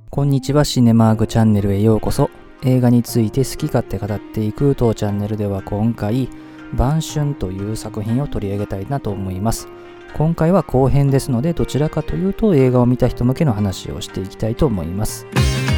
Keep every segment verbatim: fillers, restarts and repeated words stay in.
こんにちは、シネマーグチャンネルへようこそ。映画について好き勝手語っていく当チャンネルでは今回、晩春という作品を取り上げたいなと思います。今回は後編ですので、どちらかというと映画を見た人向けの話をしていきたいと思います。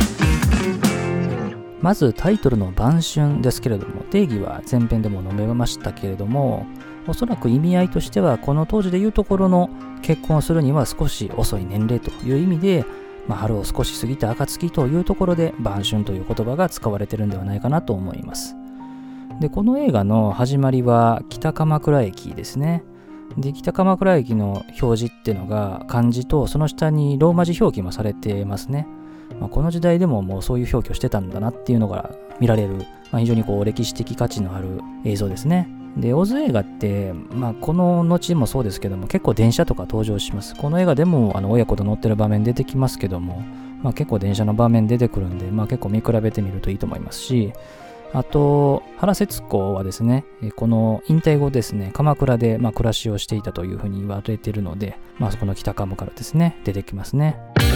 まずタイトルの晩春ですけれども、定義は前編でも述べましたけれども、おそらく意味合いとしてはこの当時でいうところの結婚するには少し遅い年齢という意味で、まあ、春を少し過ぎた暁というところで晩春という言葉が使われているんではないかなと思います。で、この映画の始まりは北鎌倉駅ですね。で、北鎌倉駅の表示っていうのが漢字とその下にローマ字表記もされてますね。まあ、この時代でももうそういう表記をしてたんだなっていうのが見られる、まあ、非常にこう歴史的価値のある映像ですね。で、オズ映画って、まあ、この後もそうですけども、結構電車とか登場します。この映画でもあの親子と乗ってる場面出てきますけども、まあ、結構電車の場面出てくるんで、まあ、結構見比べてみるといいと思いますし、あと原節子はですね、この引退後ですね、鎌倉でまあ暮らしをしていたというふうに言われているので、まあ、そこの北鎌倉ですね、出てきますね。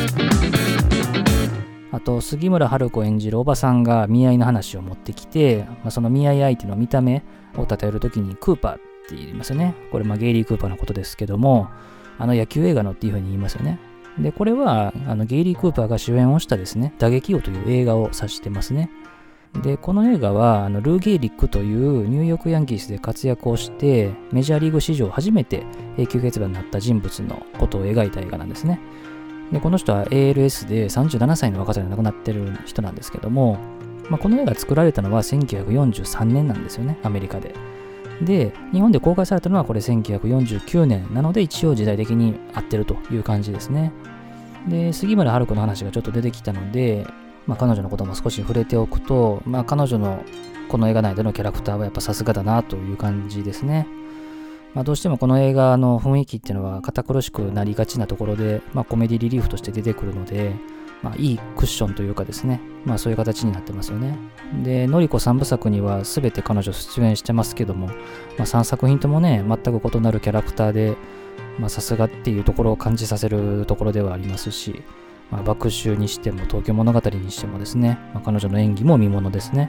あと杉村春子演じるおばさんが見合いの話を持ってきて、まあ、その見合い相手の見た目を称えるときにクーパーって言いますよね。これまあゲイリー・クーパーのことですけども、あの野球映画のっていうふうに言いますよね。で、これはあのゲイリー・クーパーが主演をしたですね、打撃王という映画を指してますね。で、この映画はあのルー・ゲイリックというニューヨークヤンキースで活躍をしてメジャーリーグ史上初めて永久欠番になった人物のことを描いた映画なんですね。で、この人は エーエルエス でさんじゅうななさいの若さで亡くなってる人なんですけども、まあ、この映画作られたのはせんきゅうひゃくよんじゅうさんねんなんですよね、アメリカで。で、日本で公開されたのはこれせんきゅうひゃくよんじゅうきゅうねんなので、一応時代的に合ってるという感じですね。で、杉村春子の話がちょっと出てきたので、まあ、彼女のことも少し触れておくと、まあ、彼女のこの映画内でのキャラクターはやっぱさすがだなという感じですね。まあ、どうしてもこの映画の雰囲気っていうのは堅苦しくなりがちなところで、まあ、コメディリリーフとして出てくるので、まあ、いいクッションというかですね、まあ、そういう形になってますよね。で、のりこさんぶさくには全て彼女出演してますけども、まあ、さんさく品ともね、全く異なるキャラクターで、まあ、さすがっていうところを感じさせるところではありますし、まあ、爆秋にしても東京物語にしてもですね、まあ、彼女の演技も見ものですね。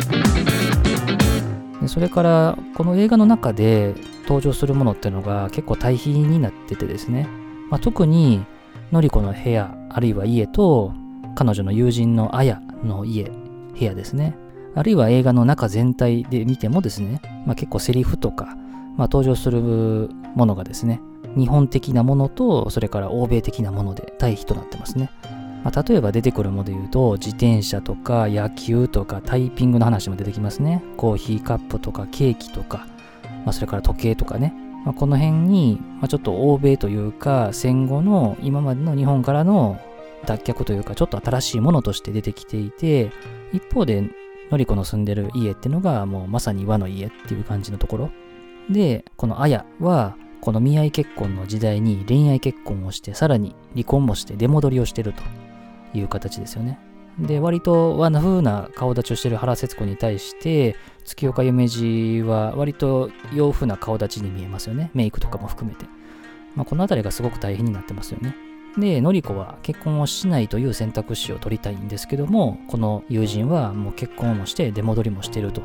で、それからこの映画の中で登場するものっていうのが結構対比になっててですね、まあ、特にのりこの部屋あるいは家と彼女の友人のあやの家部屋ですね、あるいは映画の中全体で見てもですね、まあ、結構セリフとか、まあ、登場するものがですね、日本的なものとそれから欧米的なもので対比となってますね。まあ、例えば出てくるもので言うと、自転車とか野球とかタイピングの話も出てきますね。コーヒーカップとかケーキとか、まあ、それから時計とかね、まあ、この辺に、まあ、ちょっと欧米というか戦後の今までの日本からの脱却というかちょっと新しいものとして出てきていて、一方でのりこの住んでる家っていうのがもうまさに和の家っていう感じのところで、このあやはこの見合い結婚の時代に恋愛結婚をして、さらに離婚もして出戻りをしてるという形ですよね。で、割と和風な顔立ちをしている原節子に対して月岡夢二は割と洋風な顔立ちに見えますよね。メイクとかも含めて、まあ、このあたりがすごく大変になってますよね。で、のりこは結婚をしないという選択肢を取りたいんですけども、この友人はもう結婚もして出戻りもしていると。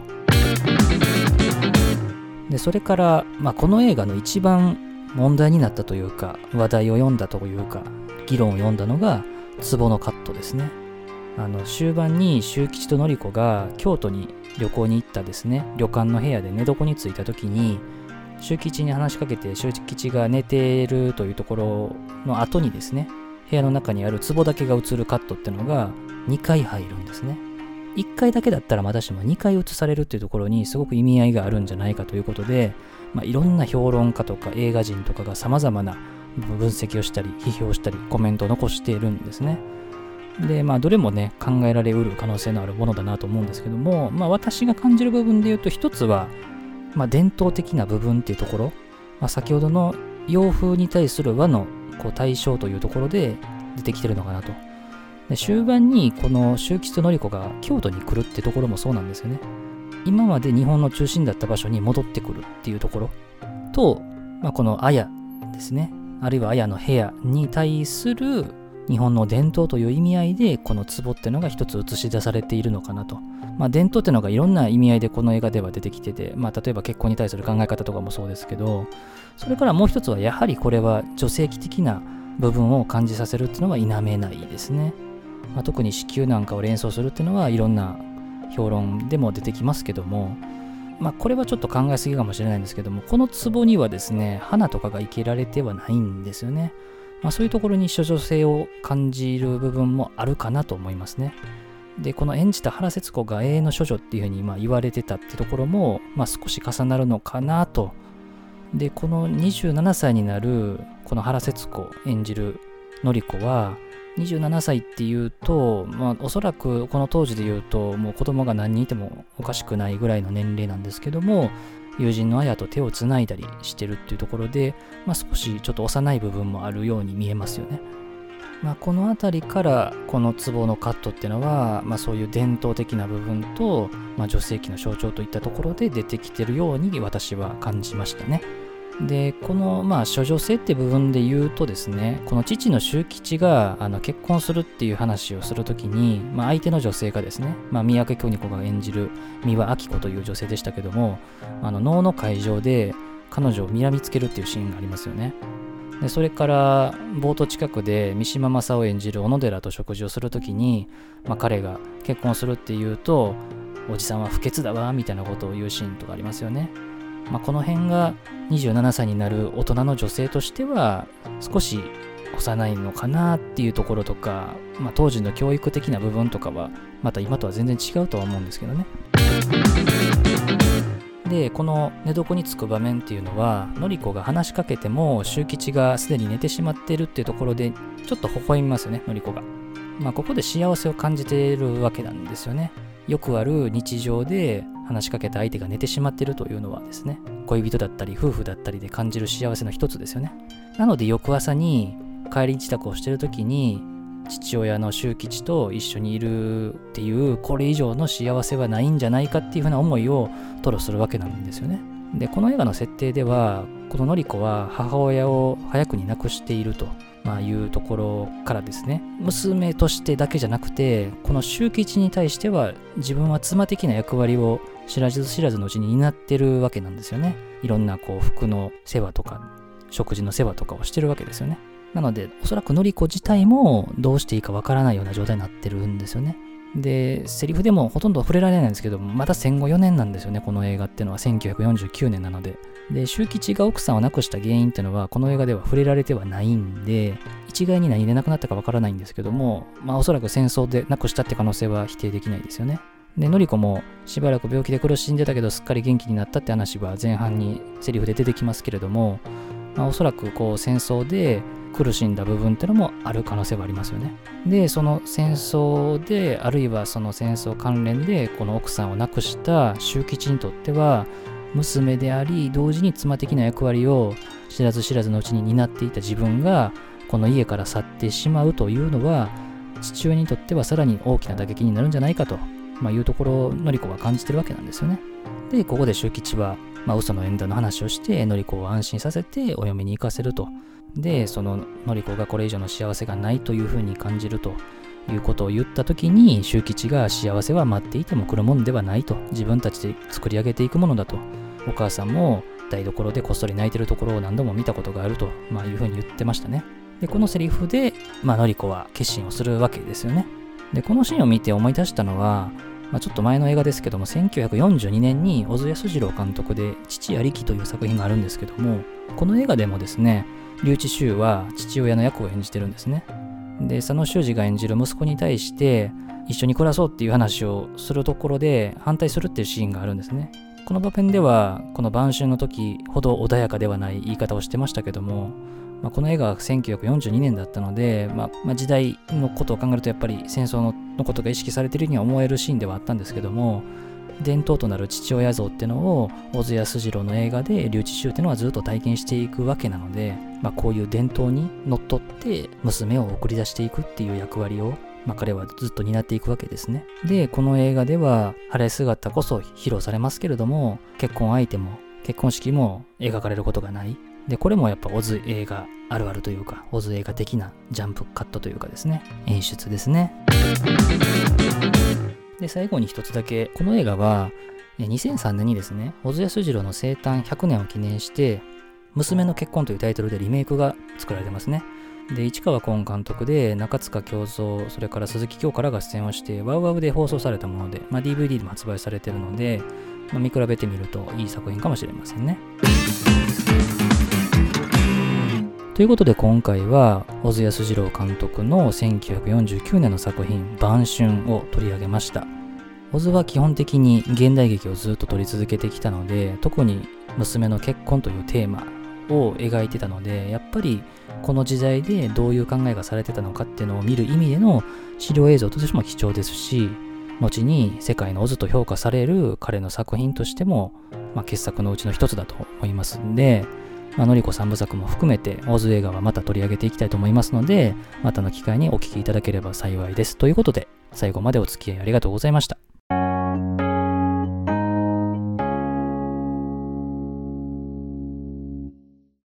で、それから、まあ、この映画の一番問題になったというか話題を読んだというか議論を読んだのが壺のカットですね。あの終盤に周吉とのりこが京都に旅行に行ったですね、旅館の部屋で寝床に着いた時に周吉に話しかけて、周吉が寝ているというところの後にですね、部屋の中にある壺だけが映るカットっていうのがにかい入るんですね。いっかいだけだったらまだしもにかい映されるっていうところにすごく意味合いがあるんじゃないかということで、まあ、いろんな評論家とか映画人とかが様々な分析をしたり批評したりコメントを残しているんですね。で、まあどれもね考えられうる可能性のあるものだなと思うんですけども、まあ私が感じる部分で言うと、一つはまあ伝統的な部分っていうところ、まあ、先ほどの洋風に対する和のこう対象というところで出てきてるのかなと。で、終盤にこの周吉とのりこが京都に来るってところもそうなんですよね。今まで日本の中心だった場所に戻ってくるっていうところと、まあ、このあやですね、あるいはあやの部屋に対する日本の伝統という意味合いでこの壺っていうのが一つ映し出されているのかなと。まあ、伝統っていうのがいろんな意味合いでこの映画では出てきてて、まあ、例えば結婚に対する考え方とかもそうですけど、それからもう一つはやはりこれは女性器的な部分を感じさせるっていうのは否めないですね。まあ、特に子宮なんかを連想するっていうのはいろんな評論でも出てきますけども、まあ、これはちょっと考えすぎかもしれないんですけども、この壺にはですね、花とかが生けられてはないんですよね。まあ、そういうところに処女性を感じる部分もあるかなと思いますね。で、この演じた原節子が永遠の処女っていうふうにまあ言われてたってところも、まあ、少し重なるのかなと。で、このにじゅうななさいになるこの原節子演じる典子は、にじゅうななさいっていうと、まあ、おそらくこの当時で言うともう子供が何人いてもおかしくないぐらいの年齢なんですけども、友人の綾と手をつないだりしてるっていうところで、まあ、少しちょっと幼い部分もあるように見えますよね。まあ、この辺りからこの壺のカットっていうのは、まあ、そういう伝統的な部分と、まあ、女性器の象徴といったところで出てきてるように私は感じましたね。で、このまあ処女性って部分で言うとですね、この父の周吉があの結婚するっていう話をするときに、まあ、相手の女性がですね、まあ、三宅京二子が演じる三輪明子という女性でしたけども、あの能の会場で彼女を睨みつけるっていうシーンがありますよね。で、それから冒頭近くで三島正夫演じる小野寺と食事をするときに、まあ、彼が結婚するっていうと、おじさんは不潔だわみたいなことを言うシーンとかありますよね。まあ、この辺がにじゅうななさいになる大人の女性としては少し幼いのかなっていうところとか、まあ、当時の教育的な部分とかはまた今とは全然違うとは思うんですけどね。で、この寝床につく場面っていうのは、典子が話しかけても周吉がすでに寝てしまっているっていうところでちょっと微笑みますよね、典子が。まあ、ここで幸せを感じているわけなんですよね。よくある日常で話しかけた相手が寝てしまっているというのはですね、恋人だったり夫婦だったりで感じる幸せの一つですよね。なので翌朝に帰り支度をしている時に父親の周吉と一緒にいるっていう、これ以上の幸せはないんじゃないかっていうふうな思いを吐露するわけなんですよね。で、この映画の設定ではこの典子は母親を早くに亡くしていると、まあ、いうところからですね、娘としてだけじゃなくてこの周吉に対しては自分は妻的な役割を知らず知らずのうちに担ってるわけなんですよね。いろんなこう服の世話とか食事の世話とかをしてるわけですよね。なのでおそらく典子自体もどうしていいかわからないような状態になってるんですよね。で、セリフでもほとんど触れられないんですけども、また戦後よねんなんですよね、この映画っていうのは。せんきゅうひゃくよんじゅうきゅうねんなので。で、周吉が奥さんを亡くした原因っていうのはこの映画では触れられてはないんで、一概に何で亡くなったかわからないんですけども、まあおそらく戦争で亡くしたって可能性は否定できないですよね。で、典子もしばらく病気で苦しんでたけどすっかり元気になったって話は前半にセリフで出てきますけれども、まあ、おそらくこう戦争で苦しんだ部分っていうのもある可能性はありますよね。で、その戦争で、あるいはその戦争関連でこの奥さんを亡くした周吉にとっては娘であり、同時に妻的な役割を知らず知らずのうちに担っていた自分がこの家から去ってしまうというのは、父親にとってはさらに大きな打撃になるんじゃないかと、まあ、いうところを典子は感じてるわけなんですよね。で、ここで周吉は、まあ、嘘の縁談の話をして典子を安心させてお嫁に行かせると。で、その典子がこれ以上の幸せがないというふうに感じるということを言ったときに、周吉が幸せは待っていても来るもんではないと、自分たちで作り上げていくものだと、お母さんも台所でこっそり泣いてるところを何度も見たことがあると、まあ、いうふうに言ってましたね。で、このセリフで、まあ、典子は決心をするわけですよね。で、このシーンを見て思い出したのは、まあ、ちょっと前の映画ですけども、せんきゅうひゃくよんじゅうにねんに小津安二郎監督で父ありきという作品があるんですけども、この映画でもですね、笠智衆は父親の役を演じてるんですね。で、佐野修二が演じる息子に対して一緒に暮らそうっていう話をするところで反対するっていうシーンがあるんですね。この場面ではこの晩春の時ほど穏やかではない言い方をしてましたけども、まあ、この映画はせんきゅうひゃくよんじゅうにねんだったので、まあまあ、時代のことを考えるとやっぱり戦争 の, のことが意識されているようには思えるシーンではあったんですけども、伝統となる父親像っていうのを小津安二郎の映画で笠智衆っていうのはずっと体験していくわけなので、まあ、こういう伝統にのっとって娘を送り出していくっていう役割を、まあ、彼はずっと担っていくわけですね。で、この映画では晴れ姿こそ披露されますけれども、結婚相手も結婚式も描かれることがない。 で、これもやっぱオズ映画あるあるというか、オズ映画的なジャンプカットというかですね、演出ですね。で、最後に一つだけ、この映画はにせんさんねんにですね、小津安二郎の生誕ひゃくねんを記念して、娘の結婚というタイトルでリメイクが作られてますね。で、市川崑監督で中塚京三、それから鈴木京香らが出演をして、ワウワウで放送されたもので、まあ、ディーブイディー でも発売されているので、まあ、見比べてみるといい作品かもしれませんね。ということで今回は小津安二郎監督のせんきゅうひゃくよんじゅうきゅうねんの作品「晩春」を取り上げました。小津は基本的に現代劇をずっと撮り続けてきたので、特に娘の結婚というテーマを描いてたので、やっぱりこの時代でどういう考えがされてたのかっていうのを見る意味での資料映像としても貴重ですし、後に世界の小津と評価される彼の作品としても、まあ、傑作のうちの一つだと思いますんで、まあのりこ三部作も含めて小津映画はまた取り上げていきたいと思いますので、またの機会にお聞きいただければ幸いです。ということで、最後までお付き合いありがとうございました。